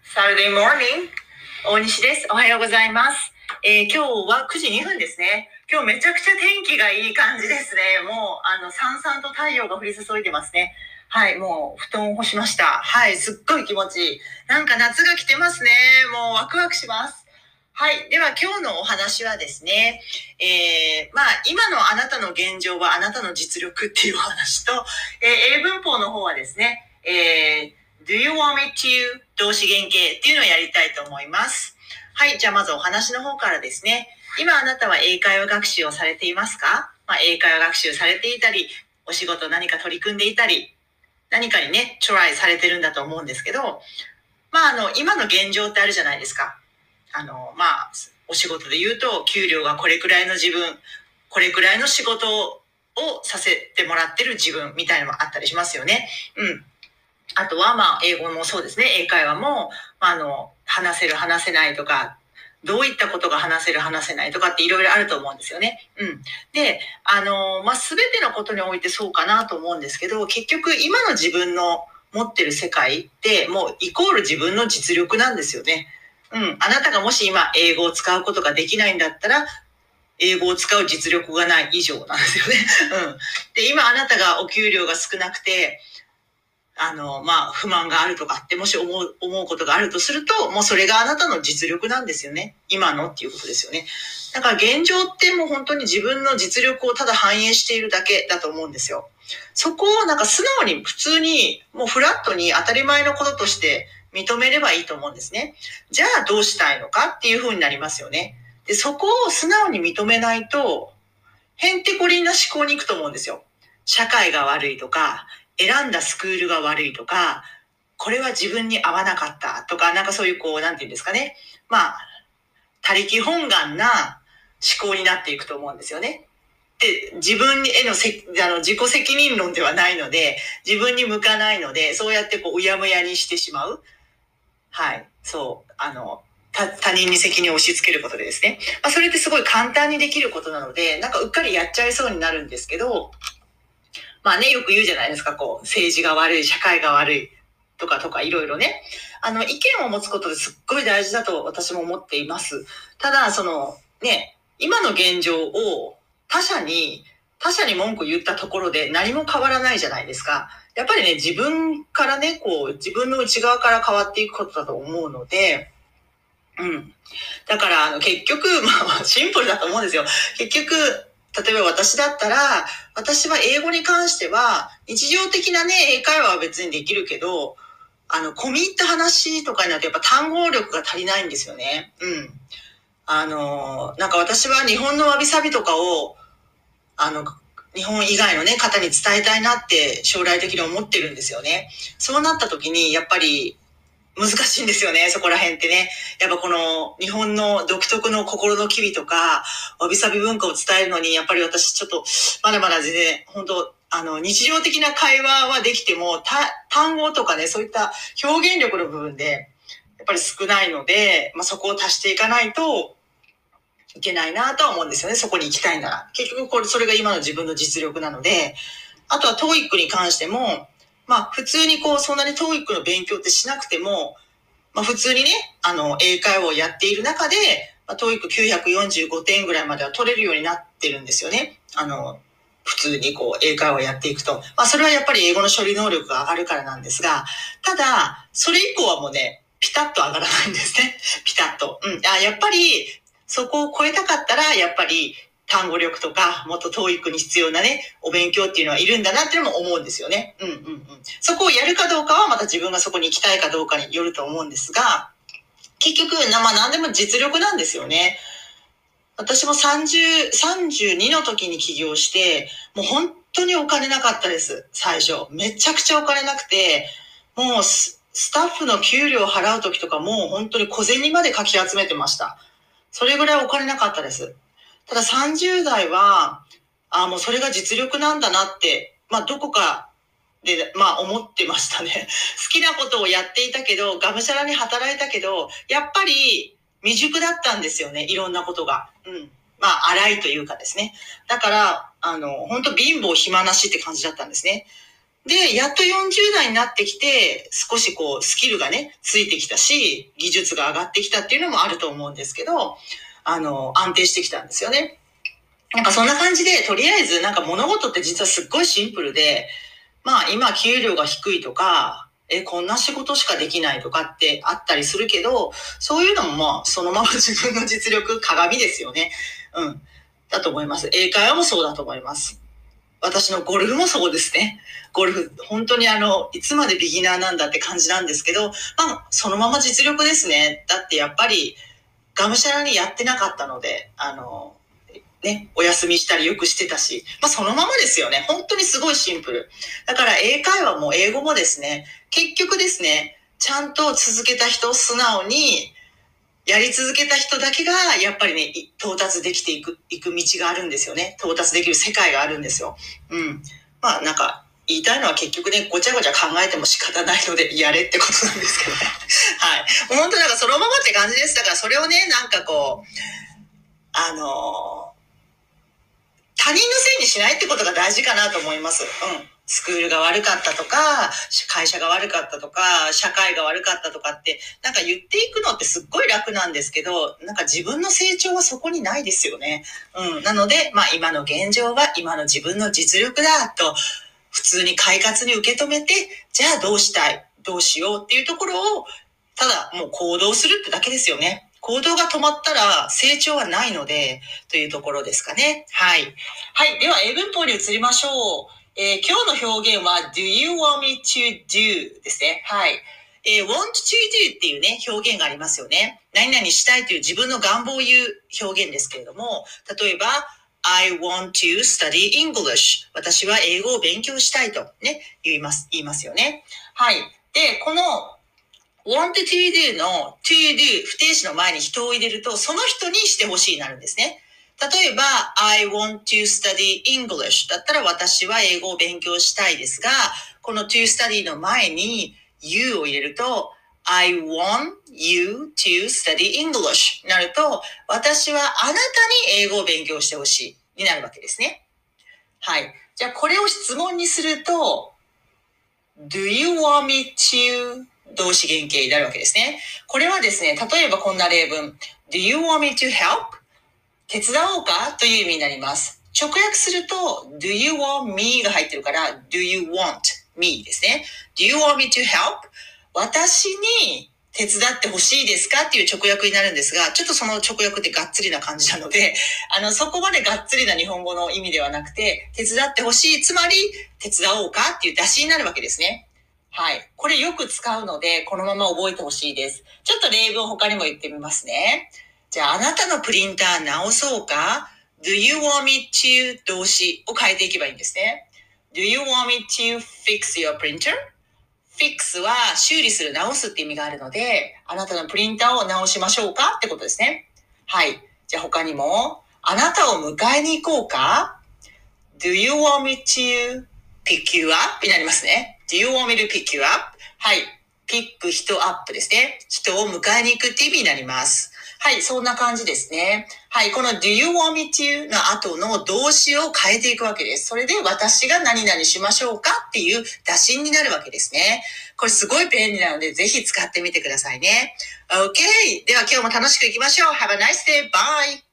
Saturday morning 大西です。おはようございます。今日は9時2分ですね。今日めちゃくちゃ天気がいい感じですね。もうさんさんと太陽が降り注いでますね。はい、もう布団を干しました。はい、すっごい気持ちいい。なんか夏が来てますね。もうワクワクします。はい。では今日のお話はですね、今のあなたの現状はあなたの実力っていうお話と、英文法の方はですね、Do you want me to 動詞原形っていうのをやりたいと思います。はい。じゃあまずお話の方からですね。今あなたは英会話学習をされていますか？英会話学習されていたり、お仕事何か取り組んでいたり、何かにね、トライされてるんだと思うんですけど、今の現状ってあるじゃないですか。お仕事で言うと、給料がこれくらいの自分、これくらいの仕事をさせてもらってる自分みたいなのもあったりしますよね。あとは、英語もそうですね。英会話も、話せる、話せないとか、どういったことが話せる、話せないとかっていろいろあると思うんですよね。で、すべてのことにおいてそうかなと思うんですけど、結局今の自分の持ってる世界ってもうイコール自分の実力なんですよね。あなたがもし今英語を使うことができないんだったら、英語を使う実力がない以上なんですよね。で、今あなたがお給料が少なくて、不満があるとかってもし思うことがあるとすると、もうそれがあなたの実力なんですよね。今のっていうことですよね。だから現状ってもう本当に自分の実力をただ反映しているだけだと思うんですよ。そこをなんか素直に普通にもうフラットに当たり前のこととして認めればいいと思うんですね。じゃあどうしたいのかっていう風になりますよね。で、そこを素直に認めないと、へんてこりんな思考に行くと思うんですよ。社会が悪いとか、選んだスクールが悪いとか、これは自分に合わなかったとか、なんかそういうなんていうんですかね。他力本願な思考になっていくと思うんですよね。で、自分への自己責任論ではないので、自分に向かないので、そうやってうやむやにしてしまう。はい。そう。他人に責任を押し付けることでですね。それってすごい簡単にできることなので、なんかうっかりやっちゃいそうになるんですけど、よく言うじゃないですか、政治が悪い、社会が悪いとかいろいろね。意見を持つことですっごい大事だと私も思っています。ただ、今の現状を他者に文句言ったところで何も変わらないじゃないですか。やっぱりね、自分からね、自分の内側から変わっていくことだと思うので、だから、結局、シンプルだと思うんですよ。結局、例えば私だったら、私は英語に関しては、日常的なね、英会話は別にできるけど、込み入った話とかになるとやっぱ単語力が足りないんですよね。なんか私は日本のわびさびとかを、日本以外のね、方に伝えたいなって将来的に思ってるんですよね。そうなった時に、やっぱり、難しいんですよね、そこら辺ってね。やっぱこの日本の独特の心の機微とか、わびさび文化を伝えるのに、やっぱり私ちょっと、まだまだ全然、本当日常的な会話はできても、単語とかね、そういった表現力の部分で、やっぱり少ないので、そこを足していかないといけないなとは思うんですよね、そこに行きたいなら。結局それが今の自分の実力なので、あとは TOEIC に関しても、普通にそんなに TOEIC の勉強ってしなくても、普通にね、英会話をやっている中で、TOEIC945 点ぐらいまでは取れるようになってるんですよね。普通に英会話をやっていくと。それはやっぱり英語の処理能力が上がるからなんですが、ただ、それ以降はもうね、ピタッと上がらないんですね。ピタッと。やっぱり、そこを超えたかったら、やっぱり、単語力とか、もっと TOEIC に必要なね、お勉強っていうのはいるんだなっていうのも思うんですよね。そこをやるかどうかはまた自分がそこに行きたいかどうかによると思うんですが、結局、何でも実力なんですよね。私も32の時に起業して、もう本当にお金なかったです、最初。めちゃくちゃお金なくて、もうスタッフの給料を払う時とかも本当に小銭までかき集めてました。それぐらいお金なかったです。ただ30代は、もうそれが実力なんだなって、どこかで、思ってましたね。好きなことをやっていたけど、がむしゃらに働いたけど、やっぱり未熟だったんですよね、いろんなことが。荒いというかですね。だから、本当貧乏暇なしって感じだったんですね。 で、やっと40代になってきて、少しこう、スキルがね、ついてきたし、技術が上がってきたっていうのもあると思うんですけど、安定してきたんですよね。なんかそんな感じで、とりあえずなんか物事って実はすっごいシンプルで、まあ今給料が低いとか、こんな仕事しかできないとかってあったりするけど、そういうのもまあそのまま自分の実力、鏡ですよね。うん。だと思います。英会話もそうだと思います。私のゴルフもそうですね。ゴルフ、本当にいつまでビギナーなんだって感じなんですけど、まあ、そのまま実力ですね。だってやっぱり、がむしゃらにやってなかったので、ね、お休みしたりよくしてたし、まあそのままですよね。本当にすごいシンプル。だから英会話も英語もですね、結局ですね、ちゃんと続けた人、素直にやり続けた人だけが、やっぱりね、到達できていく道があるんですよね。到達できる世界があるんですよ。うん。まあなんか、言いたいのは結局ね、ごちゃごちゃ考えても仕方ないので、やれってことなんですけどね。はい。本当なんかそのままって感じです。だからそれをね、なんかこう、他人のせいにしないってことが大事かなと思います。うん。スクールが悪かったとか、会社が悪かったとか、社会が悪かったとかって、なんか言っていくのってすっごい楽なんですけど、なんか自分の成長はそこにないですよね。うん。なので、まあ今の現状は今の自分の実力だと、普通に快活に受け止めて、じゃあどうしたい、どうしようっていうところを、ただもう行動するってだけですよね。行動が止まったら成長はないので、というところですかね。はい。はい。では、英文法に移りましょう。今日の表現は do you want me to do ですね。はい。want to do っていうね、表現がありますよね。何々したいという自分の願望を言う表現ですけれども、例えば、I want to study English. 私は英語を勉強したいとね、言いますよね。はい。で、この want to do の to do 不定詞の前に人を入れると、その人にしてほしいになるんですね。例えば、I want to study English だったら私は英語を勉強したいですが、この to study の前に you を入れると、I want you to study English になると、私はあなたに英語を勉強してほしいになるわけですね。はい。じゃあこれを質問にすると、Do you want me to 動詞原形になるわけですね。これはですね、例えばこんな例文。Do you want me to help? 手伝おうかという意味になります。直訳すると、Do you want me が入ってるから、Do you want me ですね。Do you want me to help? 私に手伝ってほしいですかっていう直訳になるんですが、ちょっとその直訳ってがっつりな感じなので、そこまでがっつりな日本語の意味ではなくて、手伝ってほしい、つまり手伝おうかっていう出しになるわけですね。はい。これよく使うので、このまま覚えてほしいです。ちょっと例文他にも言ってみますね。じゃあ、あなたのプリンター直そうか ?Do you want me to 動詞を変えていけばいいんですね。Do you want me to fix your printer?Fix は修理する、直すって意味があるので、あなたのプリンターを直しましょうかってことですね。はい。じゃあ他にも、あなたを迎えに行こうか ?Do you want me to pick you up? になりますね。Do you want me to pick you up? はい。ピック、人アップですね。人を迎えに行くって意味になります。はい、そんな感じですね。はい、この Do you want me to の後の動詞を変えていくわけです。それで私が何々しましょうかっていう打診になるわけですね。これすごい便利なのでぜひ使ってみてくださいね。OK! では今日も楽しくいきましょう。Have a nice day. Bye!